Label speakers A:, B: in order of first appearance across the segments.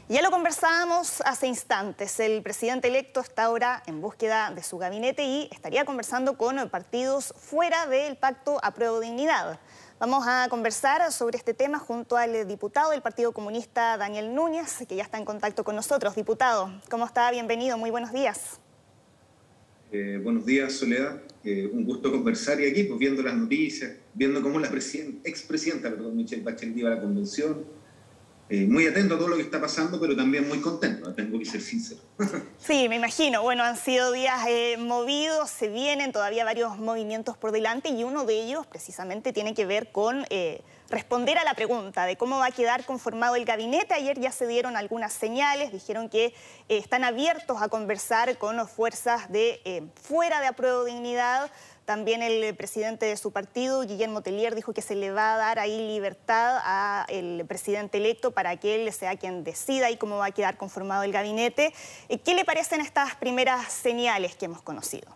A: Ya lo conversábamos hace instantes. El presidente electo está ahora en búsqueda de su gabinete y estaría conversando con partidos fuera del pacto Apruebo Dignidad. Vamos a conversar sobre este tema junto al diputado del Partido Comunista, Daniel Núñez, que ya está en contacto con nosotros. Diputado, ¿cómo está? Bienvenido, muy buenos días.
B: Buenos días, Soledad. Un gusto conversar y aquí, pues viendo las noticias, viendo cómo la expresidenta, Michelle Bachelet, iba a la convención. Muy atento a todo lo que está pasando, pero también muy contento, tengo que ser sincero.
A: Sí, me imagino. Bueno, han sido días movidos, se vienen todavía varios movimientos por delante y uno de ellos precisamente tiene que ver con responder a la pregunta de cómo va a quedar conformado el gabinete. Ayer ya se dieron algunas señales, dijeron que están abiertos a conversar con las fuerzas de fuera de Apruebo Dignidad. También el presidente de su partido, Guillermo Tellier, dijo que se le va a dar ahí libertad al presidente electo para que él sea quien decida y cómo va a quedar conformado el gabinete. ¿Qué le parecen estas primeras señales que hemos conocido?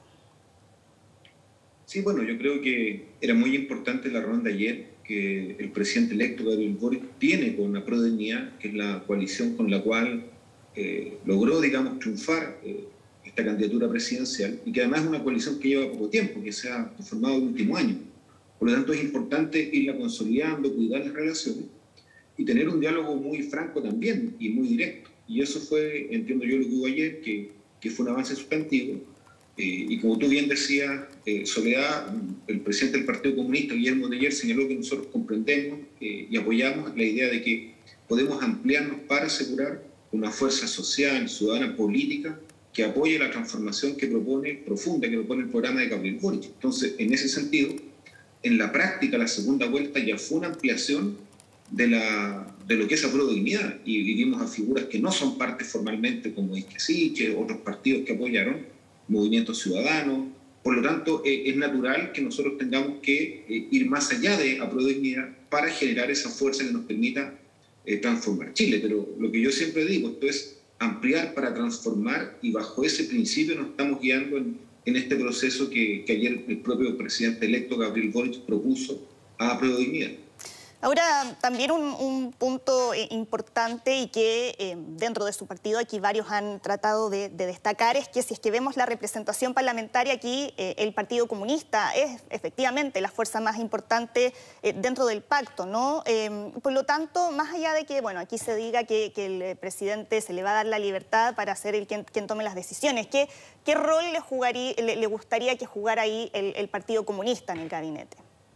B: Sí, bueno, yo creo que era muy importante la ronda de ayer que el presidente electo, Gabriel Boric, tiene con Apruebo Dignidad, que es la coalición con la cual logró, digamos, triunfar esta candidatura presidencial, y que además es una coalición que lleva poco tiempo, que se ha formado en el último año. Por lo tanto, es importante irla consolidando, cuidar las relaciones y tener un diálogo muy franco también y muy directo. Y eso fue, entiendo yo, lo que hubo ayer, que fue un avance sustantivo. Y como tú bien decías, Soledad, el presidente del Partido Comunista, Guillermo Tellier, señaló que nosotros comprendemos y apoyamos la idea de que podemos ampliarnos para asegurar una fuerza social, ciudadana, política, que apoye la transformación que propone, profunda, que propone el programa de Gabriel Boric. Entonces, en ese sentido, en la práctica, la segunda vuelta ya fue una ampliación de lo que es Apruebo Dignidad, y vivimos a figuras que no son parte formalmente, como Isquesiche, otros partidos que apoyaron, Movimiento Ciudadano. Por lo tanto, es natural que nosotros tengamos que ir más allá de Apruebo Dignidad para generar esa fuerza que nos permita transformar Chile. Pero lo que yo siempre digo, esto es ampliar para transformar, y bajo ese principio nos estamos guiando en este proceso que ayer el propio presidente electo Gabriel Boric propuso a Apruebo Dignidad.
A: Ahora, también un punto importante y que dentro de su partido aquí varios han tratado de destacar es que si es que vemos la representación parlamentaria aquí, el Partido Comunista es efectivamente la fuerza más importante dentro del pacto, ¿no? Por lo tanto, más allá de que, bueno, aquí se diga que el presidente se le va a dar la libertad para ser quien tome las decisiones, ¿qué rol le gustaría que jugara ahí el Partido Comunista en el gabinete?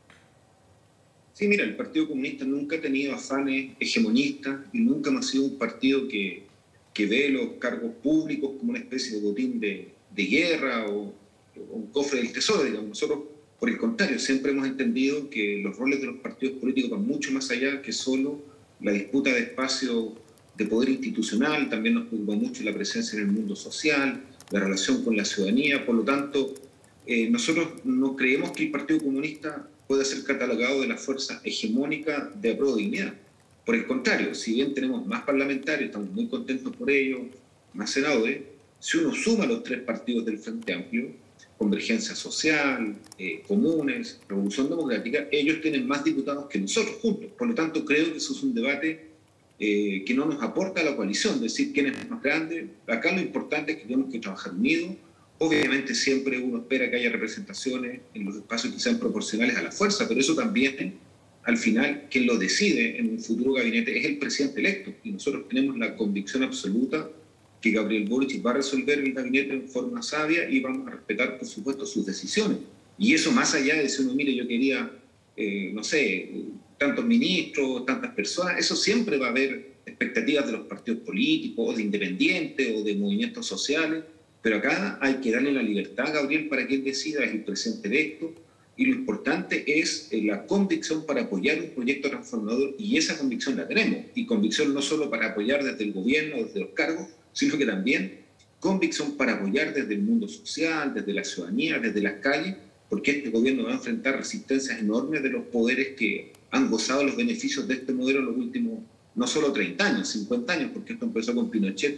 B: Sí, mira, el Partido Comunista nunca ha tenido afanes hegemonistas y nunca ha sido un partido que ve los cargos públicos como una especie de botín de guerra o un cofre del tesoro, digamos. Nosotros, por el contrario, siempre hemos entendido que los roles de los partidos políticos van mucho más allá que solo la disputa de espacio de poder institucional. También nos preocupa mucho la presencia en el mundo social, la relación con la ciudadanía. Por lo tanto, nosotros no creemos que el Partido Comunista puede ser catalogado de la fuerza hegemónica de Apruebo Dignidad. Por el contrario, si bien tenemos más parlamentarios, estamos muy contentos por ello, más senadores, si uno suma los tres partidos del Frente Amplio, Convergencia Social, Comunes, Revolución Democrática, ellos tienen más diputados que nosotros juntos. Por lo tanto, creo que eso es un debate que no nos aporta a la coalición, decir quién es más grande. Acá lo importante es que tenemos que trabajar unidos. Obviamente siempre uno espera que haya representaciones en los espacios que sean proporcionales a la fuerza, pero eso también, al final, quien lo decide en un futuro gabinete es el presidente electo. Y nosotros tenemos la convicción absoluta que Gabriel Boric va a resolver el gabinete en forma sabia y vamos a respetar, por supuesto, sus decisiones. Y eso más allá de si uno, mire, yo quería, no sé, tantos ministros, tantas personas, eso siempre va a haber expectativas de los partidos políticos, o de independientes, o de movimientos sociales. Pero acá hay que darle la libertad a Gabriel para que él decida, es el presidente electo, y lo importante es la convicción para apoyar un proyecto transformador, y esa convicción la tenemos. Y convicción no solo para apoyar desde el gobierno, desde los cargos, sino que también convicción para apoyar desde el mundo social, desde la ciudadanía, desde las calles, porque este gobierno va a enfrentar resistencias enormes de los poderes que han gozado los beneficios de este modelo en los últimos, no solo 30 años, 50 años, porque esto empezó con Pinochet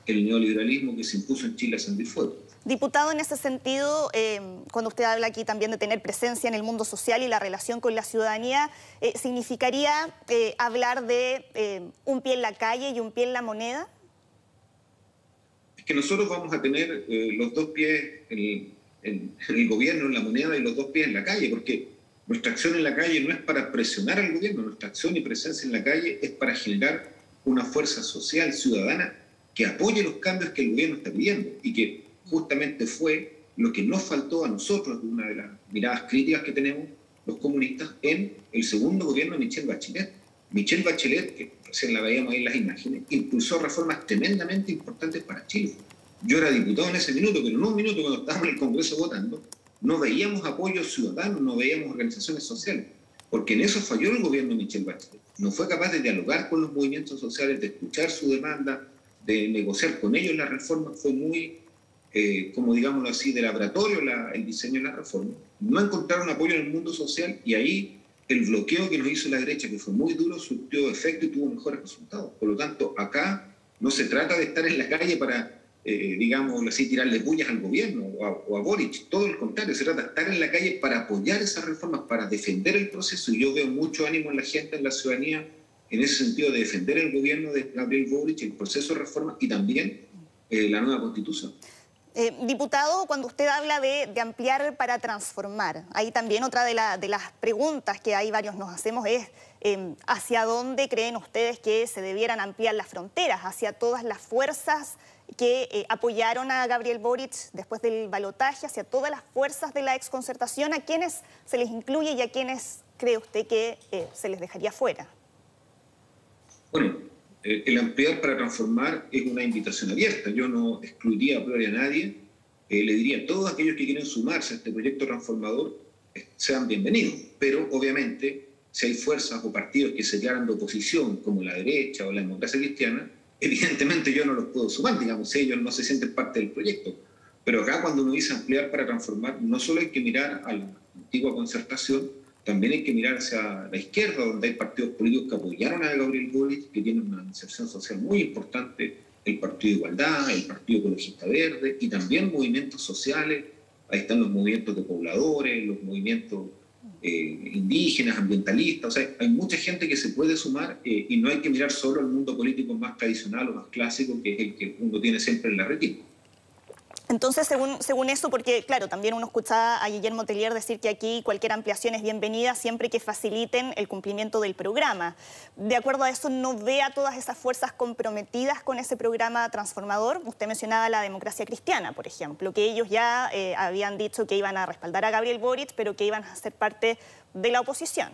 B: el neoliberalismo que se impuso en Chile a sangre y fuego.
A: Diputado, en ese sentido, cuando usted habla aquí también de tener presencia en el mundo social y la relación con la ciudadanía, ¿significaría hablar de un pie en la calle y un pie en la moneda?
B: Es que nosotros vamos a tener los dos pies en el gobierno, en la moneda, y los dos pies en la calle, porque nuestra acción en la calle no es para presionar al gobierno, nuestra acción y presencia en la calle es para generar una fuerza social, ciudadana, que apoye los cambios que el gobierno está pidiendo y que justamente fue lo que nos faltó a nosotros, una de las miradas críticas que tenemos los comunistas, en el segundo gobierno de Michelle Bachelet. Michelle Bachelet, que recién la veíamos ahí en las imágenes, impulsó reformas tremendamente importantes para Chile. Yo era diputado en ese minuto, pero en un minuto cuando estábamos en el Congreso votando, no veíamos apoyos ciudadanos, no veíamos organizaciones sociales, porque en eso falló el gobierno de Michelle Bachelet. No fue capaz de dialogar con los movimientos sociales, de escuchar su demanda, de negociar con ellos las reformas. Fue muy, como digámoslo así, de laboratorio el diseño de la reforma. No encontraron apoyo en el mundo social y ahí el bloqueo que nos hizo la derecha, que fue muy duro, surtió efecto y tuvo mejores resultados. Por lo tanto, acá no se trata de estar en la calle para, digamos así, tirarle puñas al gobierno o a Boric. Todo el contrario, se trata de estar en la calle para apoyar esas reformas, para defender el proceso. Y yo veo mucho ánimo en la gente, en la ciudadanía, en ese sentido de defender el gobierno de Gabriel Boric, el proceso de reforma y también la nueva Constitución.
A: Diputado, cuando usted habla de ampliar para transformar, ahí también otra de las preguntas que hay varios nos hacemos es ¿hacia dónde creen ustedes que se debieran ampliar las fronteras? ¿Hacia todas las fuerzas que apoyaron a Gabriel Boric después del balotaje? ¿Hacia todas las fuerzas de la exconcertación? ¿A quiénes se les incluye y a quiénes cree usted que se les dejaría fuera?
B: Bueno, el ampliar para transformar es una invitación abierta. Yo no excluiría a priori a nadie. Le diría a todos aquellos que quieren sumarse a este proyecto transformador, sean bienvenidos. Pero, obviamente, si hay fuerzas o partidos que se declaran de oposición, como la derecha o la democracia cristiana, evidentemente yo no los puedo sumar, digamos, si ellos no se sienten parte del proyecto. Pero acá, cuando uno dice ampliar para transformar, no solo hay que mirar a la antigua concertación, también hay que mirar hacia la izquierda, donde hay partidos políticos que apoyaron a Gabriel Boric, que tienen una inserción social muy importante, el Partido de Igualdad, el Partido Ecologista Verde, y también movimientos sociales. Ahí están los movimientos de pobladores, los movimientos indígenas, ambientalistas. O sea, hay mucha gente que se puede sumar y no hay que mirar solo al mundo político más tradicional o más clásico, que es el que uno tiene siempre en la retina.
A: Entonces, según eso, porque claro, también uno escuchaba a Guillermo Tellier decir que aquí cualquier ampliación es bienvenida siempre que faciliten el cumplimiento del programa. De acuerdo a eso, ¿no ve a todas esas fuerzas comprometidas con ese programa transformador? Usted mencionaba la democracia cristiana, por ejemplo, que ellos ya habían dicho que iban a respaldar a Gabriel Boric, pero que iban a ser parte de la oposición.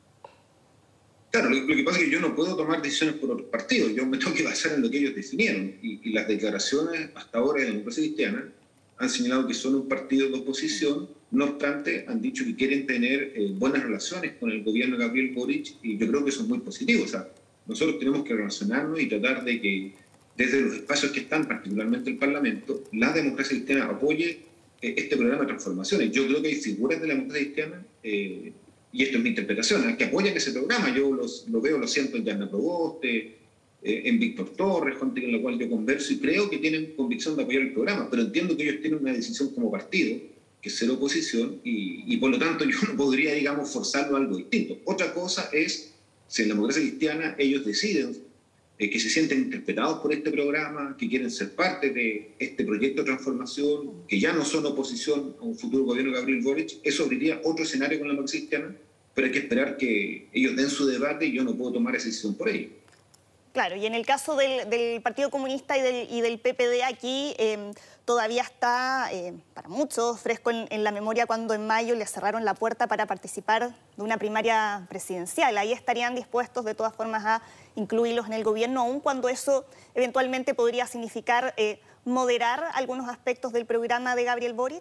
B: Claro, lo que pasa es que yo no puedo tomar decisiones por otros partidos, yo me tengo que basar en lo que ellos definieron. Y las declaraciones hasta ahora de la democracia cristiana han señalado que son un partido de oposición, no obstante han dicho que quieren tener buenas relaciones con el gobierno de Gabriel Boric, y yo creo que eso es muy positivo. O sea, nosotros tenemos que relacionarnos y tratar de que desde los espacios que están, particularmente el Parlamento, la democracia cristiana apoye este programa de transformaciones. Yo creo que hay figuras de la democracia cristiana, y esto es mi interpretación, que apoyan ese programa. Yo lo veo, lo siento en Yarna Proboste, en Víctor Torres, gente con la cual yo converso, y creo que tienen convicción de apoyar el programa, pero entiendo que ellos tienen una decisión como partido, que es ser oposición, y por lo tanto yo no podría, digamos, forzarlo a algo distinto. Otra cosa es, si en la democracia cristiana ellos deciden que se sienten interpretados por este programa, que quieren ser parte de este proyecto de transformación, que ya no son oposición a un futuro gobierno de Gabriel Boric, eso abriría otro escenario con la democracia cristiana, pero hay que esperar que ellos den su debate y yo no puedo tomar esa decisión por ellos.
A: Claro, y en el caso del Partido Comunista y del PPD aquí todavía está, para muchos, fresco en la memoria cuando en mayo le cerraron la puerta para participar de una primaria presidencial. Ahí estarían dispuestos de todas formas a incluirlos en el gobierno, aun cuando eso eventualmente podría significar moderar algunos aspectos del programa de Gabriel Boric.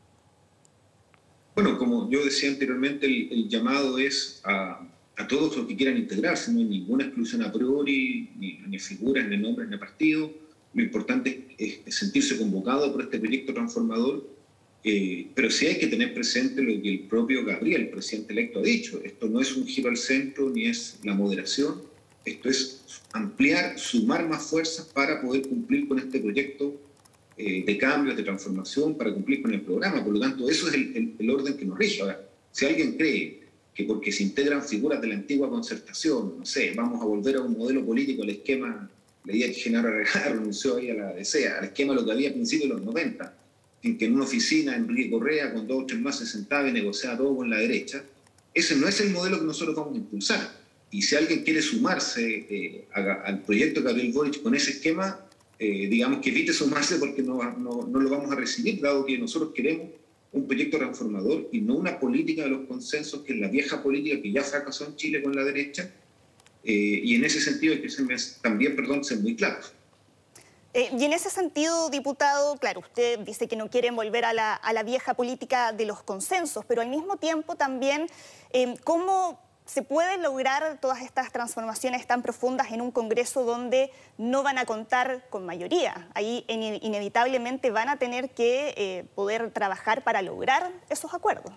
B: Bueno, como yo decía anteriormente, el llamado es a todos los que quieran integrarse. No hay ninguna exclusión a priori, ni figuras, ni nombres, ni partido. Lo importante es sentirse convocado por este proyecto transformador, pero sí hay que tener presente lo que el propio Gabriel, el presidente electo, ha dicho. Esto no es un giro al centro, ni es la moderación. Esto es ampliar, sumar más fuerzas para poder cumplir con este proyecto de cambios, de transformación, para cumplir con el programa. Por lo tanto, eso es el orden que nos rige. Ahora, si alguien cree que porque se integran figuras de la antigua concertación, no sé, vamos a volver a un modelo político, al esquema, leía que Genaro Regalado renunció ahí a la DCEA, al esquema de lo que había a principios de los 90, en que en una oficina Enrique Correa con 2 o 3 más se sentaba y negociaba todo con la derecha. Ese no es el modelo que nosotros vamos a impulsar. Y si alguien quiere sumarse al proyecto de Gabriel Boric con ese esquema, digamos que evite sumarse porque no lo vamos a recibir, dado que nosotros queremos un proyecto transformador y no una política de los consensos, que es la vieja política que ya fracasó en Chile con la derecha, y en ese sentido hay que también, ser muy claros.
A: Y en ese sentido, diputado, claro, usted dice que no quieren volver a la vieja política de los consensos, pero al mismo tiempo también, ¿cómo se pueden lograr todas estas transformaciones tan profundas en un Congreso donde no van a contar con mayoría? Ahí inevitablemente van a tener que poder trabajar para lograr esos acuerdos.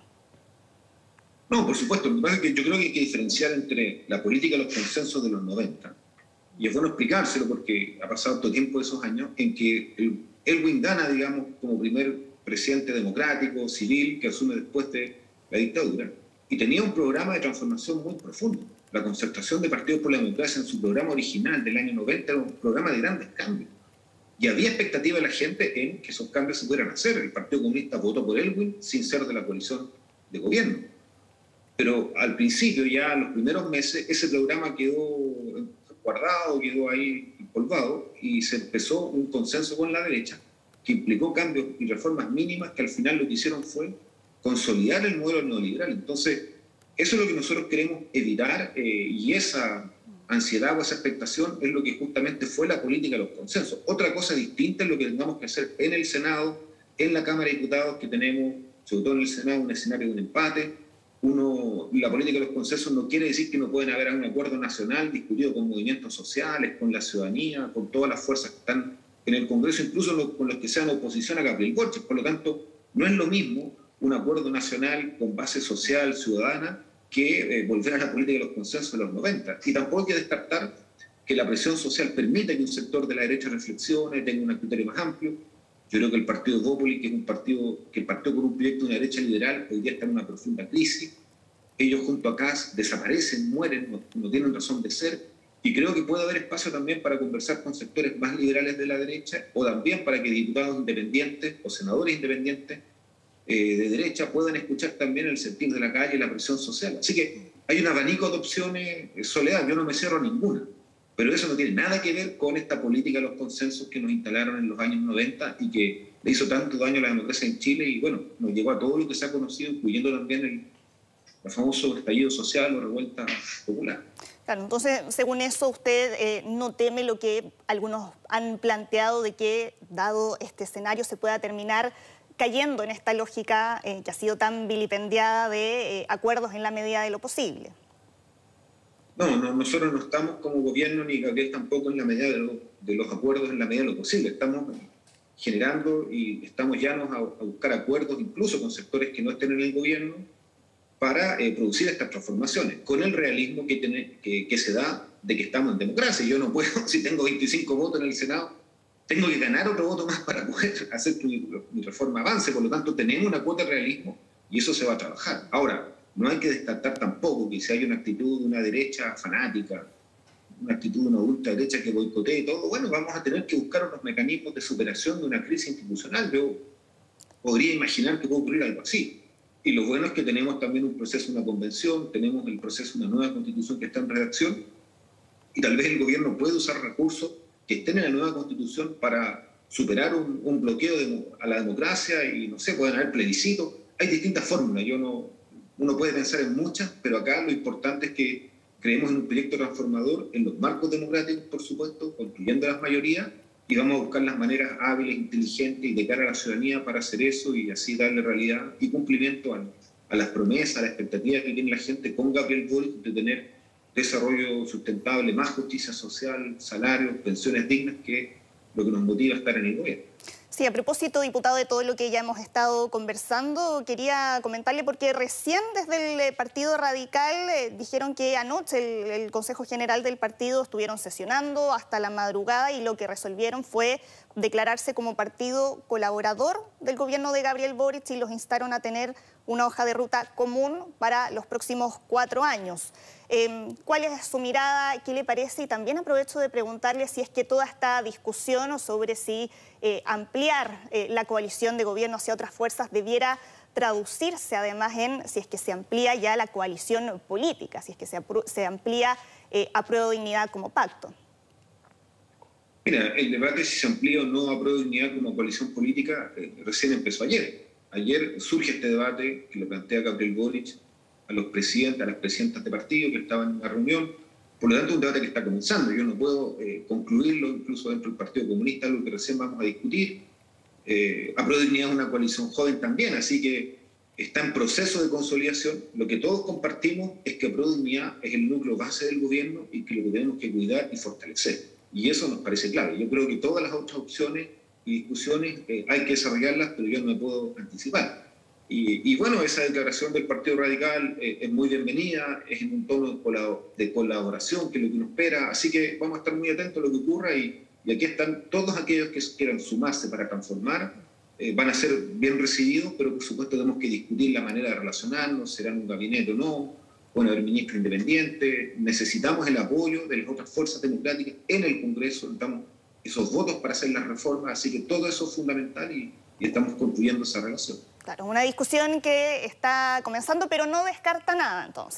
B: No, por supuesto. Lo que pasa es que yo creo que hay que diferenciar entre la política de los consensos de los 90, y es bueno explicárselo porque ha pasado todo tiempo de esos años, en que Elwin gana, digamos, como primer presidente democrático, civil, que asume después de la dictadura, y tenía un programa de transformación muy profundo. La concertación de Partidos por la Democracia en su programa original del año 90 era un programa de grandes cambios. Y había expectativa de la gente en que esos cambios se pudieran hacer. El Partido Comunista votó por Elwin sin ser de la coalición de gobierno. Pero al principio, ya en los primeros meses, ese programa quedó guardado, quedó ahí empolvado, y se empezó un consenso con la derecha que implicó cambios y reformas mínimas que al final lo que hicieron fue consolidar el modelo neoliberal. Entonces, eso es lo que nosotros queremos evitar, y esa ansiedad o esa expectación es lo que justamente fue la política de los consensos. Otra cosa distinta es lo que tengamos que hacer en el Senado, en la Cámara de Diputados, que tenemos, sobre todo en el Senado, un escenario de un empate. La política de los consensos no quiere decir que no pueden haber un acuerdo nacional discutido con movimientos sociales, con la ciudadanía, con todas las fuerzas que están en el Congreso, incluso con los que sean oposición a Gabriel Boric. Por lo tanto, no es lo mismo un acuerdo nacional con base social, ciudadana, que volver a la política de los consensos de los 90. Y tampoco hay que descartar que la presión social permita que un sector de la derecha reflexione, tenga un criterio más amplio. Yo creo que el partido Evópolis, que es un partido que partió con un proyecto de una derecha liberal, hoy día está en una profunda crisis. Ellos junto a CAS desaparecen, mueren, no tienen razón de ser. Y creo que puede haber espacio también para conversar con sectores más liberales de la derecha, o también para que diputados independientes o senadores independientes de derecha puedan escuchar también el sentir de la calle y la presión social. Así que hay un abanico de opciones. Soledad, yo no me cierro a ninguna. Pero eso no tiene nada que ver con esta política de los consensos que nos instalaron en los años 90 y que le hizo tanto daño a la democracia en Chile y, bueno, nos llevó a todo lo que se ha conocido, incluyendo también el famoso estallido social o revuelta popular.
A: Claro, entonces, según eso, usted no teme lo que algunos han planteado de que, dado este escenario, se pueda terminar cayendo en esta lógica que ha sido tan vilipendiada de acuerdos en la medida de lo posible.
B: No, nosotros no estamos como gobierno, ni Gabriel tampoco, en la medida de los acuerdos en la medida de lo posible. Estamos generando y estamos llanos a buscar acuerdos, incluso con sectores que no estén en el gobierno, para producir estas transformaciones, con el realismo que se da de que estamos en democracia. Yo no puedo, si tengo 25 votos en el Senado, tengo que ganar otro voto más para poder hacer que mi reforma avance. Por lo tanto, tenemos una cuota de realismo y eso se va a trabajar. Ahora, no hay que descartar tampoco que si hay una actitud de una derecha fanática, una actitud de una ultraderecha que boicotee todo, bueno, vamos a tener que buscar unos mecanismos de superación de una crisis institucional. Yo podría imaginar que puede ocurrir algo así. Y lo bueno es que tenemos también un proceso, una convención, tenemos el proceso de una nueva constitución que está en redacción, y tal vez el gobierno puede usar recursos que estén en la nueva constitución para superar un bloqueo a la democracia y, no sé, pueden haber plebiscitos. Hay distintas fórmulas. Uno puede pensar en muchas, pero acá lo importante es que creemos en un proyecto transformador, en los marcos democráticos, por supuesto, construyendo las mayorías, y vamos a buscar las maneras hábiles, inteligentes y de cara a la ciudadanía para hacer eso y así darle realidad y cumplimiento a las promesas, a las expectativas que tiene la gente con Gabriel Boric de tener desarrollo sustentable, más justicia social, salarios, pensiones dignas, que es lo que nos motiva a estar en el gobierno.
A: Sí, a propósito, diputado, de todo lo que ya hemos estado conversando, quería comentarle porque recién desde el Partido Radical dijeron que anoche el Consejo General del partido estuvieron sesionando hasta la madrugada y lo que resolvieron fue declararse como partido colaborador del gobierno de Gabriel Boric y los instaron a tener una hoja de ruta común para los próximos 4 años. ¿Cuál es su mirada? ¿Qué le parece? Y también aprovecho de preguntarle si es que toda esta discusión sobre si ampliar la coalición de gobierno hacia otras fuerzas debiera traducirse además en si es que se amplía ya la coalición política, si es que se amplía Apruebo Dignidad como pacto.
B: Mira, el debate si se amplía o no Apruebo Dignidad como coalición política recién empezó ayer. Ayer surge este debate que lo plantea Gabriel Boric a los presidentes, a las presidentas de partido que estaban en la reunión. Por lo tanto, es un debate que está comenzando. Yo no puedo concluirlo, incluso dentro del Partido Comunista, lo que recién vamos a discutir. Apruebo Dignidad es una coalición joven también, así que está en proceso de consolidación. Lo que todos compartimos es que Apruebo Dignidad es el núcleo base del gobierno y que lo que tenemos que cuidar y fortalecer. Y eso nos parece claro. Yo creo que todas las otras opciones y discusiones hay que desarrollarlas, pero yo no me puedo anticipar. Y bueno, esa declaración del Partido Radical es muy bienvenida, es en un tono de colaboración, que es lo que uno espera. Así que vamos a estar muy atentos a lo que ocurra y aquí están todos aquellos que quieran sumarse para transformar. Van a ser bien recibidos, pero por supuesto tenemos que discutir la manera de relacionarnos, será en un gabinete o no, van a haber ministros independientes. Necesitamos el apoyo de las otras fuerzas democráticas en el Congreso, necesitamos esos votos para hacer las reformas, así que todo eso es fundamental y estamos construyendo esa relación.
A: Claro, una discusión que está comenzando, pero no descarta nada, entonces.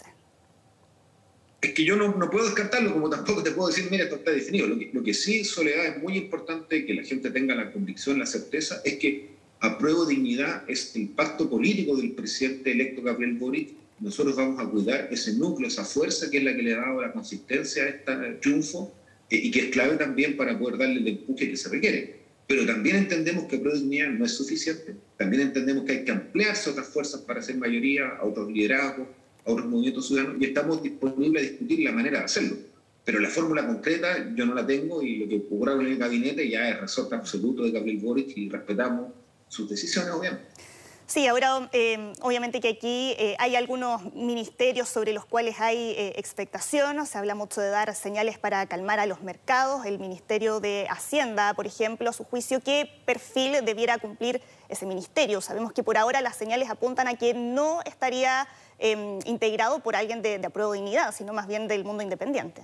B: Es que yo no puedo descartarlo, como tampoco te puedo decir, mira, esto está definido. Lo que sí, Soledad, es muy importante que la gente tenga la convicción, la certeza, es que Apruebo Dignidad es el pacto político del presidente electo Gabriel Boric. Nosotros vamos a cuidar ese núcleo, esa fuerza que es la que le ha dado la consistencia a este triunfo y que es clave también para poder darle el empuje que se requiere. Pero también entendemos que Apruebo Dignidad no es suficiente. También entendemos que hay que ampliarse a otras fuerzas para hacer mayoría, a otros liderazgos, a otros movimientos ciudadanos, y estamos disponibles a discutir la manera de hacerlo. Pero la fórmula concreta yo no la tengo y lo que ocurra en el gabinete ya es resorte absoluto de Gabriel Boric y respetamos sus decisiones, obviamente.
A: Sí, ahora obviamente que aquí hay algunos ministerios sobre los cuales hay expectación, se habla mucho de dar señales para calmar a los mercados, el Ministerio de Hacienda, por ejemplo, a su juicio, ¿qué perfil debiera cumplir ese ministerio? Sabemos que por ahora las señales apuntan a que no estaría integrado por alguien de Apruebo Dignidad, sino más bien del mundo independiente.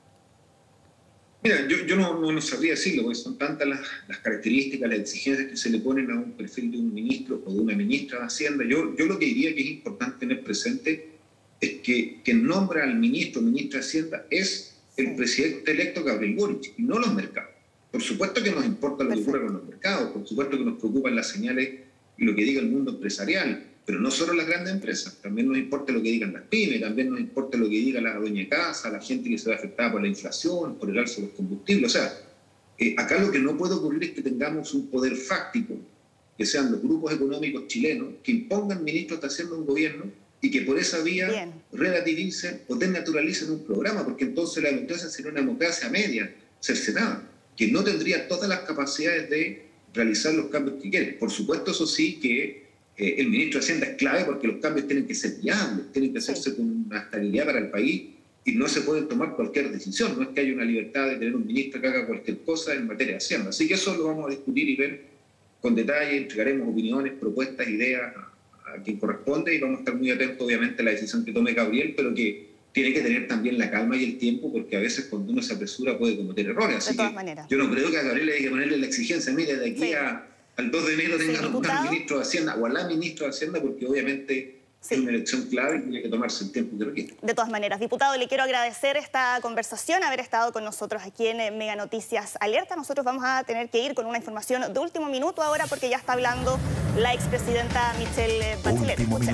B: Mira, yo no sabría decirlo, porque son tantas las características, las exigencias que se le ponen a un perfil de un ministro o de una ministra de Hacienda. Yo lo que diría que es importante tener presente es que quien nombra al ministro o ministra de Hacienda es el presidente electo Gabriel Boric, y no los mercados. Por supuesto que nos importa lo que ocurre con los mercados, por supuesto que nos preocupan las señales y lo que diga el mundo empresarial, pero no solo las grandes empresas, también nos importa lo que digan las pymes, también nos importa lo que diga la dueña de casa, la gente que se ve afectada por la inflación, por el alza de los combustibles. O sea, acá lo que no puede ocurrir es que tengamos un poder fáctico, que sean los grupos económicos chilenos, que impongan ministros haciendo un gobierno y que por esa vía relativicen o desnaturalicen un programa, porque entonces la democracia sería una democracia media, cercenada, que no tendría todas las capacidades de realizar los cambios que quiere. Por supuesto, eso sí que el ministro de Hacienda es clave porque los cambios tienen que ser viables, tienen que hacerse con una estabilidad para el país y no se pueden tomar cualquier decisión. No es que haya una libertad de tener un ministro que haga cualquier cosa en materia de Hacienda. Así que eso lo vamos a discutir y ver con detalle, entregaremos opiniones, propuestas, ideas a quien corresponde y vamos a estar muy atentos, obviamente, a la decisión que tome Gabriel, pero que tiene que tener también la calma y el tiempo, porque a veces cuando uno se apresura puede cometer errores. Así
A: de todas maneras.
B: Yo no creo que a Gabriel hay que ponerle la exigencia, mire, de aquí al 2 de enero tengamos al ministro de Hacienda o a la ministra de Hacienda, porque obviamente es una elección clave y tiene que tomarse el tiempo que requiere.
A: De todas maneras, diputado, le quiero agradecer esta conversación, haber estado con nosotros aquí en Mega Noticias Alerta. Nosotros vamos a tener que ir con una información de último minuto ahora porque ya está hablando la expresidenta Michelle Bachelet.